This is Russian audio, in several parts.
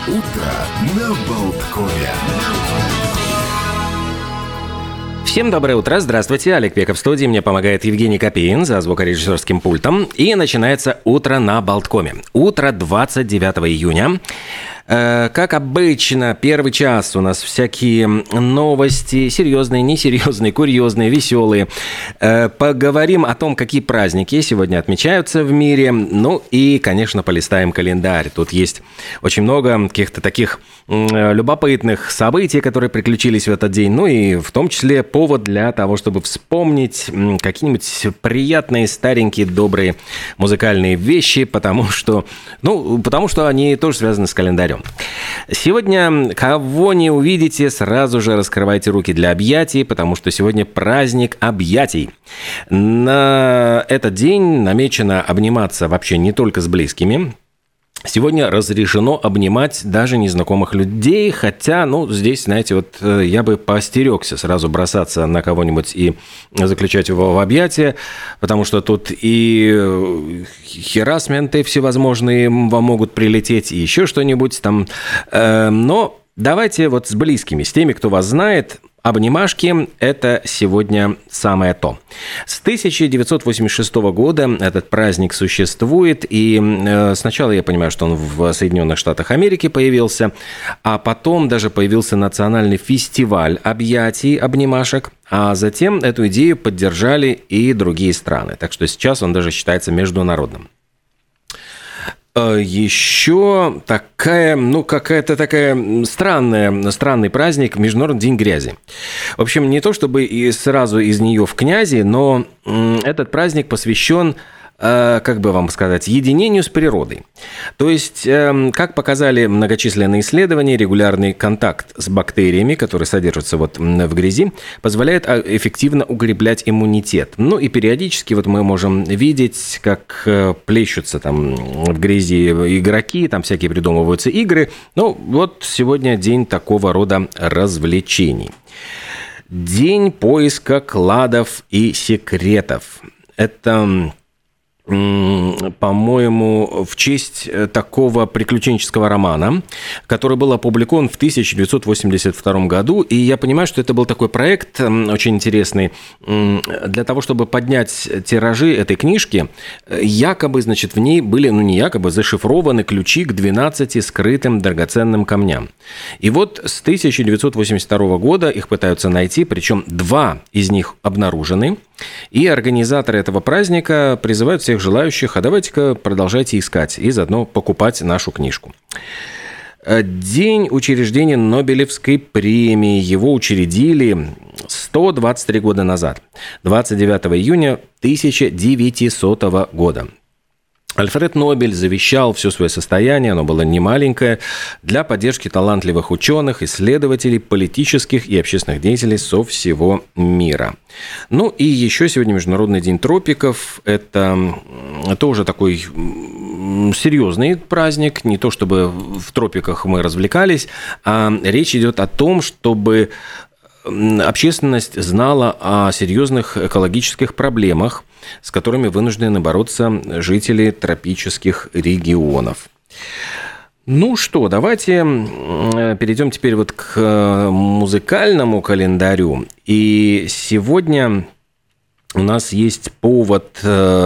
Утро на Болткове. Всем доброе утро, здравствуйте, Олег Пеков в студии, мне помогает Евгений Копеин за звукорежиссерским пультом. И начинается утро на Болткоме. Утро 29 июня. Как обычно, первый час у нас всякие новости, серьезные, несерьезные, курьезные, веселые. Поговорим о том, какие праздники сегодня отмечаются в мире. Ну и, конечно, полистаем календарь. Тут есть очень много каких-то таких любопытных событий, которые приключились в этот день. Ну и в том числе повод для того, чтобы вспомнить какие-нибудь приятные, старенькие, добрые музыкальные вещи, потому что они тоже связаны с календарем. Сегодня, кого не увидите, сразу же раскрывайте руки для объятий, потому что сегодня праздник объятий. На этот день намечено обниматься вообще не только с близкими. Сегодня разрешено обнимать даже незнакомых людей, хотя, здесь, знаете, я бы поостерегся сразу бросаться на кого-нибудь и заключать его в объятия, потому что тут и харассменты всевозможные вам могут прилететь, и еще что-нибудь там. Но давайте с близкими, с теми, кто вас знает. Обнимашки – это сегодня самое то. С 1986 года этот праздник существует, и сначала я понимаю, что он в Соединенных Штатах Америки появился, а потом даже появился национальный фестиваль объятий, обнимашек, а затем эту идею поддержали и другие страны. Так что сейчас он даже считается международным. Еще какая-то такая странный праздник – Международный день грязи. В общем, не то чтобы и сразу из нее в князи, но этот праздник посвящен, единению с природой. То есть, как показали многочисленные исследования, регулярный контакт с бактериями, которые содержатся в грязи, позволяет эффективно укреплять иммунитет. Ну и периодически мы можем видеть, как плещутся там в грязи игроки, там всякие придумываются игры. Сегодня день такого рода развлечений. День поиска кладов и секретов. Это, по-моему, в честь такого приключенческого романа, который был опубликован в 1982 году. И я понимаю, что это был такой проект очень интересный. Для того, чтобы поднять тиражи этой книжки, якобы, в ней были, зашифрованы ключи к 12 скрытым драгоценным камням. И с 1982 года их пытаются найти, причем 2 из них обнаружены. И организаторы этого праздника призывают всех желающих, а давайте-ка продолжайте искать и заодно покупать нашу книжку. День учреждения Нобелевской премии. Его учредили 123 года назад, 29 июня 1900 года. Альфред Нобель завещал все свое состояние, оно было немаленькое, для поддержки талантливых ученых, исследователей, политических и общественных деятелей со всего мира. И еще сегодня Международный день тропиков. Это тоже такой серьезный праздник. Не то чтобы в тропиках мы развлекались, а речь идет о том, чтобы общественность знала о серьезных экологических проблемах, с которыми вынуждены бороться жители тропических регионов. Давайте перейдем теперь к музыкальному календарю. И сегодня у нас есть повод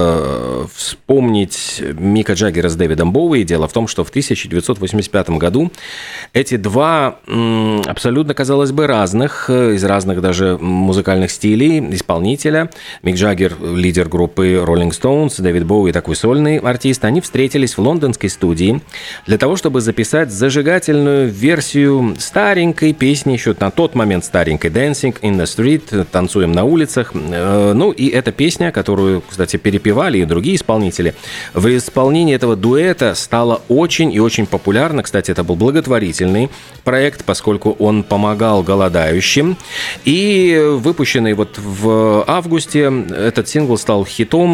вспомнить Мика Джаггера с Дэвидом Боуи. Дело в том, что в 1985 году эти два абсолютно, казалось бы, из разных даже музыкальных стилей исполнителя, Мик Джаггер, лидер группы Rolling Stones, Дэвид Боуи, такой сольный артист, они встретились в лондонской студии для того, чтобы записать зажигательную версию старенькой песни, еще на тот момент старенькой, Dancing in the Street, танцуем на улицах. И эта песня, которую, кстати, перепевали и другие исполнители, в исполнении этого дуэта стала очень и очень популярна. Кстати, это был благотворительный проект, поскольку он помогал голодающим. И выпущенный в августе этот сингл стал хитом,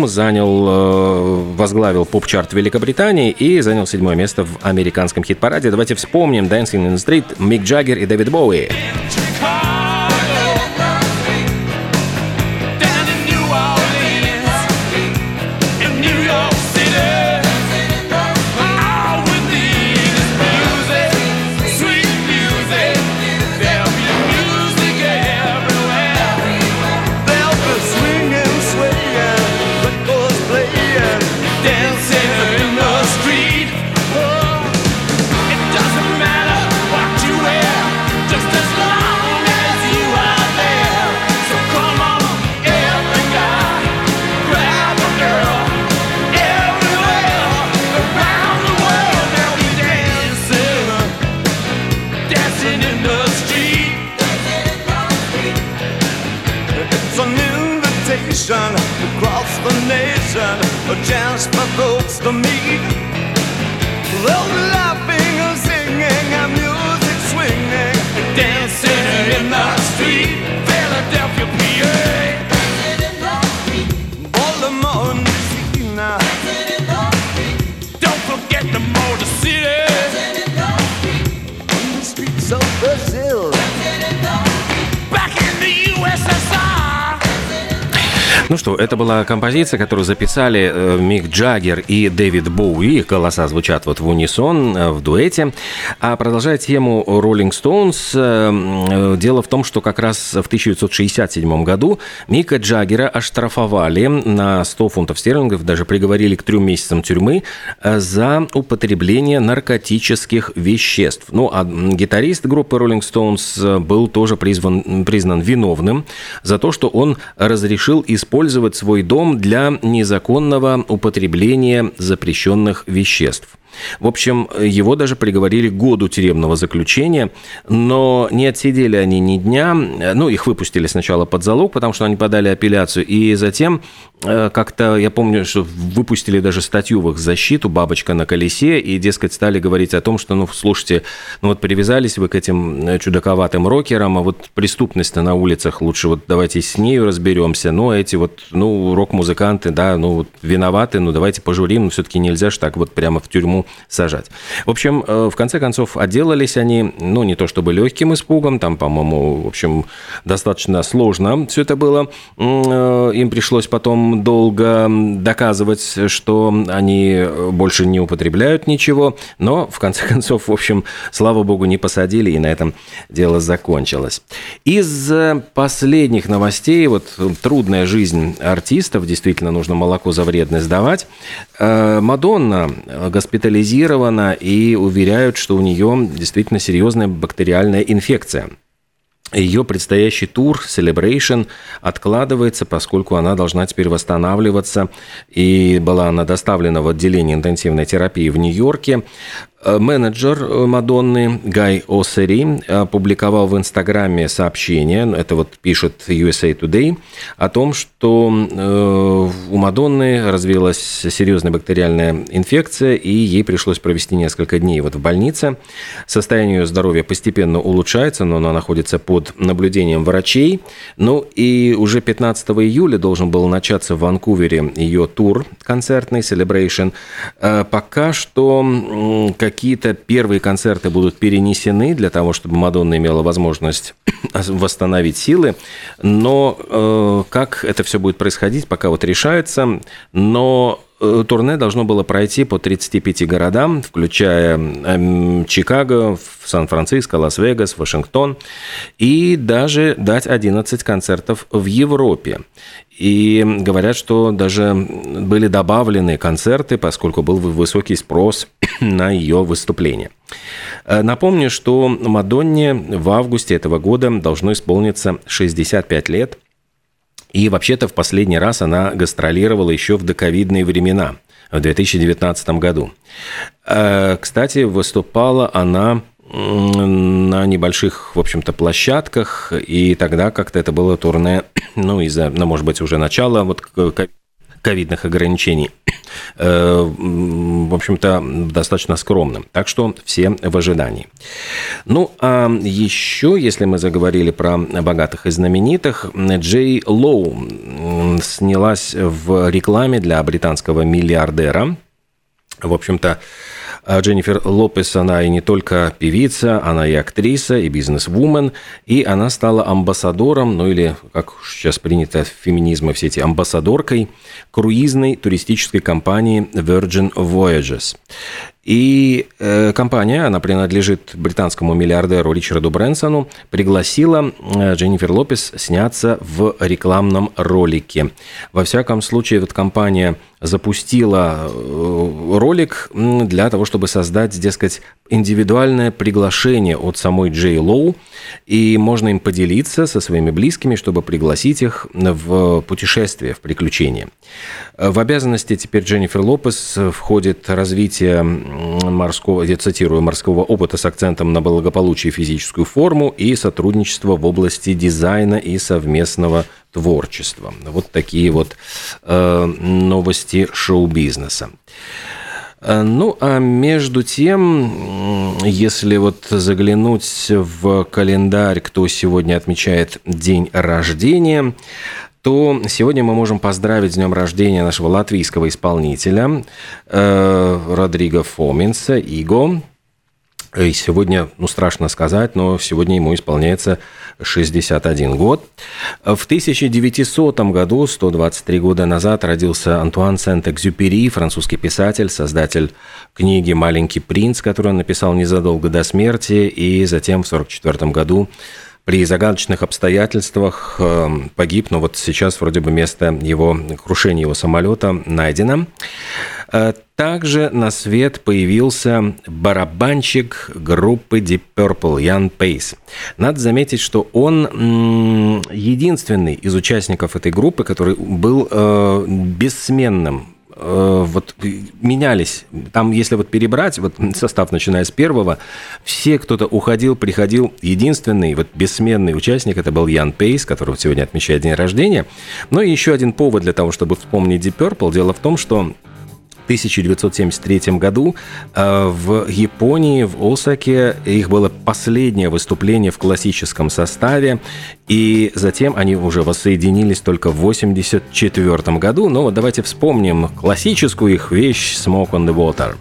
возглавил поп-чарт Великобритании и занял 7-е место в американском хит-параде. Давайте вспомним Dancing in the Street, Мик Джаггер и Дэвид Боуи. celebration, a chance for folks to meet. They'll be laughing and singing and music swinging, dancing in the street, Philadelphia, PA. Dancing in the street, Baltimore, Messina. Dancing in the street, don't forget the Motor City. Dancing in the street, on the streets of Brazil. Dancing in the street, back in the USSR. Ну что, это была композиция, которую записали Мик Джаггер и Дэвид Боуи. Их голоса звучат вот в унисон, в дуэте. А продолжая тему Rolling Stones, дело в том, что как раз в 1967 году Мика Джаггера оштрафовали на 100 фунтов стерлингов, даже приговорили к 3 месяцам тюрьмы за употребление наркотических веществ. Ну, а гитарист группы Rolling Stones был тоже признан виновным за то, что он разрешил использовать свой дом для незаконного употребления запрещенных веществ. В общем, его даже приговорили к году тюремного заключения, но не отсидели они ни дня. Ну, их выпустили сначала под залог, потому что они подали апелляцию, и затем как-то, я помню, что выпустили даже статью в их защиту «Бабочка на колесе», и, дескать, стали говорить о том, что, ну, слушайте, ну вот привязались вы к этим чудаковатым рокерам, а вот преступность-то на улицах лучше вот давайте с нею разберемся, но эти вот, ну, рок-музыканты, да, ну, вот виноваты, ну, давайте пожурим, но все-таки нельзя же так вот прямо в тюрьму сажать. В общем, в конце концов, отделались они, ну, не то чтобы легким испугом, там, по-моему, в общем, достаточно сложно все это было. Им пришлось потом долго доказывать, что они больше не употребляют ничего, но, в конце концов, в общем, слава богу, не посадили, и на этом дело закончилось. Из последних новостей, вот трудная жизнь артистов, действительно, нужно молоко за вредность давать. Мадонна госпитализирована и уверяют, что у нее действительно серьезная бактериальная инфекция. Ее предстоящий тур Celebration откладывается, поскольку она должна теперь восстанавливаться, и была она доставлена в отделение интенсивной терапии в Нью-Йорке. Менеджер Мадонны Гай О'Сери опубликовал в Инстаграме сообщение, это вот пишет USA Today, о том, что у Мадонны развилась серьезная бактериальная инфекция, и ей пришлось провести несколько дней вот в больнице. Состояние ее здоровья постепенно улучшается, но она находится под наблюдением врачей. Ну и уже 15 июля должен был начаться в Ванкувере ее тур концертный Celebration. Пока что какие-то первые концерты будут перенесены для того, чтобы Мадонна имела возможность восстановить силы, но как это все будет происходить, пока вот решается, но турне должно было пройти по 35 городам, включая Чикаго, Сан-Франциско, Лас-Вегас, Вашингтон, и даже дать 11 концертов в Европе. И говорят, что даже были добавлены концерты, поскольку был высокий спрос на ее выступление. Напомню, что Мадонне в августе этого года должно исполниться 65 лет. И вообще-то в последний раз она гастролировала еще в доковидные времена, в 2019 году. Кстати, выступала она на небольших, в общем-то, площадках, и тогда как-то это было турне, ну, из-за, ну, может быть, уже начала вот ковидных ограничений, в общем-то, достаточно скромным. Так что все в ожидании. Ну, а еще, если мы заговорили про богатых и знаменитых, Джей Лоу снялась в рекламе для британского миллиардера. В общем-то, Дженнифер Лопес, она и не только певица, она и актриса, и бизнес-вумен, и она стала амбассадором, ну или, как сейчас принято в феминизме, все эти амбассадоркой круизной туристической компании Virgin Voyages. И компания, она принадлежит британскому миллиардеру Ричарду Брэнсону, пригласила Дженнифер Лопес сняться в рекламном ролике. Во всяком случае, эта компания запустила ролик для того, чтобы создать, дескать, индивидуальное приглашение от самой Джей Лоу, и можно им поделиться со своими близкими, чтобы пригласить их в путешествие, в приключения. В обязанности теперь Дженнифер Лопес входит развитие морского, я цитирую, морского опыта с акцентом на благополучие и физическую форму и сотрудничество в области дизайна и совместного творчества. Вот такие вот новости шоу-бизнеса. Ну, а между тем, если вот заглянуть в календарь, кто сегодня отмечает день рождения, то сегодня мы можем поздравить с днем рождения нашего латвийского исполнителя Родриго Фоминса, Иго. И сегодня, страшно сказать, но сегодня ему исполняется 61 год. В 1900 году, 123 года назад, родился Антуан Сент-Экзюпери, французский писатель, создатель книги «Маленький принц», которую он написал незадолго до смерти, и затем в 1944 году при загадочных обстоятельствах погиб, но вот сейчас вроде бы место его крушения его самолета найдено. Также на свет появился барабанщик группы Deep Purple Jan Pace. Надо заметить, что он единственный из участников этой группы, который был бессменным. Вот менялись. Там, если вот перебрать, вот состав, начиная с первого, все, кто-то уходил, приходил. Единственный вот бессменный участник, это был Ян Пейс, который сегодня отмечает день рождения. Но и еще один повод для того, чтобы вспомнить Deep Purple. Дело в том, что в 1973 году в Японии, в Осаке, их было последнее выступление в классическом составе, и затем они уже воссоединились только в 1984 году. Но вот давайте вспомним классическую их вещь «Smoke on the Water».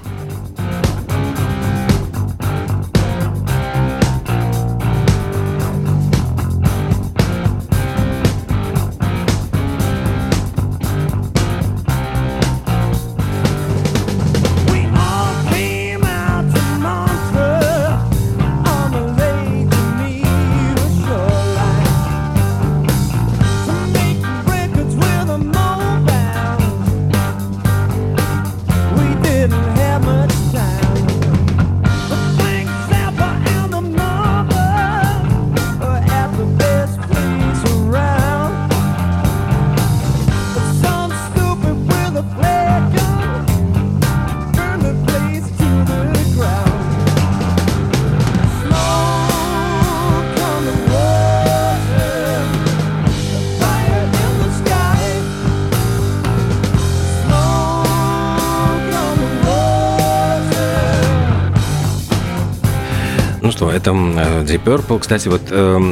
Ну что, это Deep Purple. Кстати, вот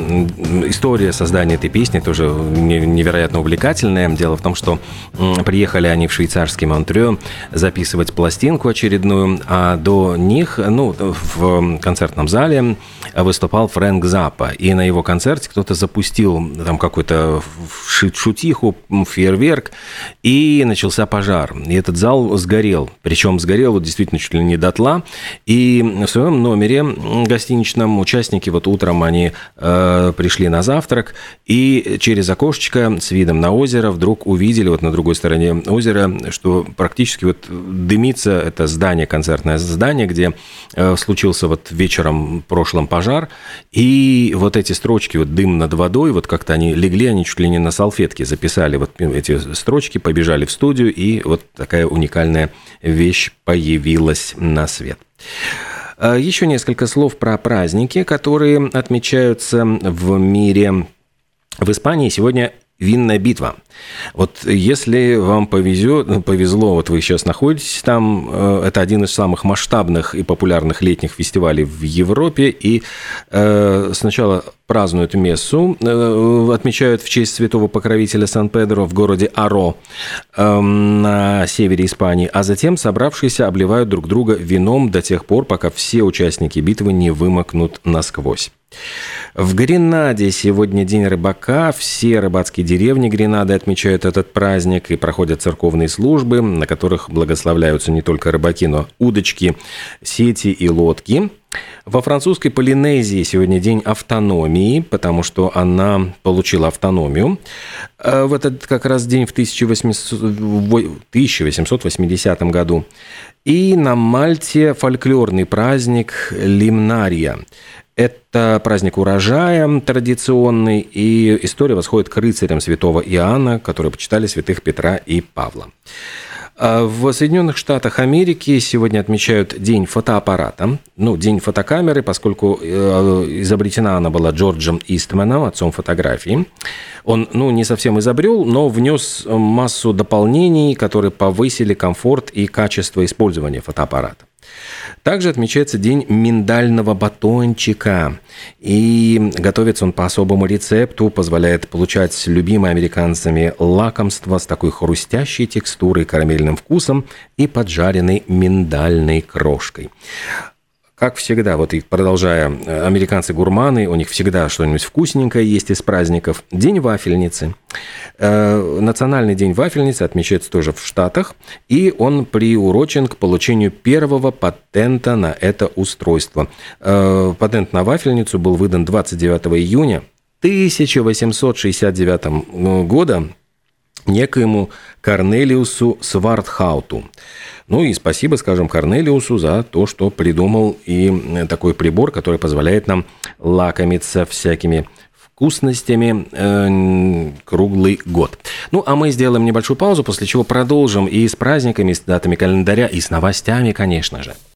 история создания этой песни тоже невероятно увлекательная. Дело в том, что приехали они в швейцарский Монтрё записывать пластинку очередную, а до них, в концертном зале выступал Фрэнк Заппа. И на его концерте кто-то запустил там какую-то шутиху, фейерверк, и начался пожар. И этот зал сгорел. Причем сгорел действительно чуть ли не дотла. И в своем номере гостиничном участники вот утром они пришли на завтрак, и через окошечко с видом на озеро вдруг увидели вот на другой стороне озера, что практически вот дымится это здание, концертное здание, где случился вот вечером прошлым пожар, и вот эти строчки, вот «Дым над водой», вот как-то они легли, они чуть ли не на салфетке записали вот эти строчки, побежали в студию, и вот такая уникальная вещь появилась на свет. Еще несколько слов про праздники, которые отмечаются в мире. В Испании сегодня винная битва. Вот если вам повезло, вот вы сейчас находитесь там, это один из самых масштабных и популярных летних фестивалей в Европе, и сначала празднуют мессу, отмечают в честь святого покровителя Сан-Педро в городе Аро на севере Испании, а затем собравшиеся обливают друг друга вином до тех пор, пока все участники битвы не вымокнут насквозь. В Гренаде сегодня день рыбака. Все рыбацкие деревни Гренады отмечают этот праздник и проходят церковные службы, на которых благословляются не только рыбаки, но удочки, сети и лодки. Во французской Полинезии сегодня день автономии, потому что она получила автономию. В этот как раз день в 1880 году. И на Мальте фольклорный праздник Лимнария. Это праздник урожая традиционный, и история восходит к рыцарям святого Иоанна, которые почитали святых Петра и Павла. В Соединенных Штатах Америки сегодня отмечают День фотоаппарата, День фотокамеры, поскольку изобретена она была Джорджем Истманом, отцом фотографии. Он, не совсем изобрел, но внес массу дополнений, которые повысили комфорт и качество использования фотоаппарата. Также отмечается День миндального батончика. И готовится он по особому рецепту, позволяет получать любимые американцами лакомства с такой хрустящей текстурой, карамельным вкусом и поджаренной миндальной крошкой. Как всегда, и продолжая, американцы-гурманы, у них всегда что-нибудь вкусненькое есть из праздников. День вафельницы. Национальный день вафельницы отмечается тоже в Штатах, и он приурочен к получению первого патента на это устройство. Патент на вафельницу был выдан 29 июня 1869 года некоему Корнелиусу Свардхауту. И спасибо, скажем, Корнелиусу за то, что придумал и такой прибор, который позволяет нам лакомиться всякими вкусностями круглый год. А мы сделаем небольшую паузу, после чего продолжим и с праздниками, и с датами календаря, и с новостями, конечно же.